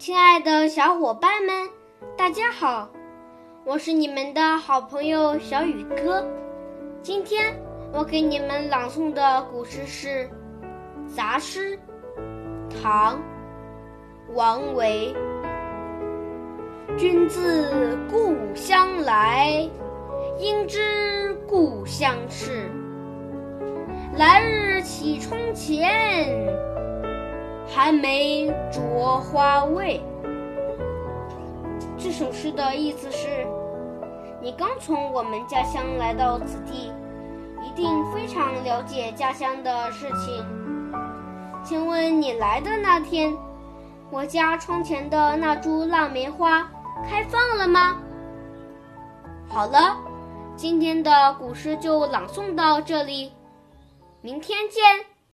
亲爱的小伙伴们，大家好，我是你们的好朋友小雨哥。今天我给你们朗诵的古诗是《杂诗》，唐·王维。君自故乡来，应知故乡事。来日启窗前，寒梅著花未。这首诗的意思是，你刚从我们家乡来到此地，一定非常了解家乡的事情。请问你来的那天，我家窗前的那株腊梅花开放了吗？好了，今天的古诗就朗诵到这里，明天见。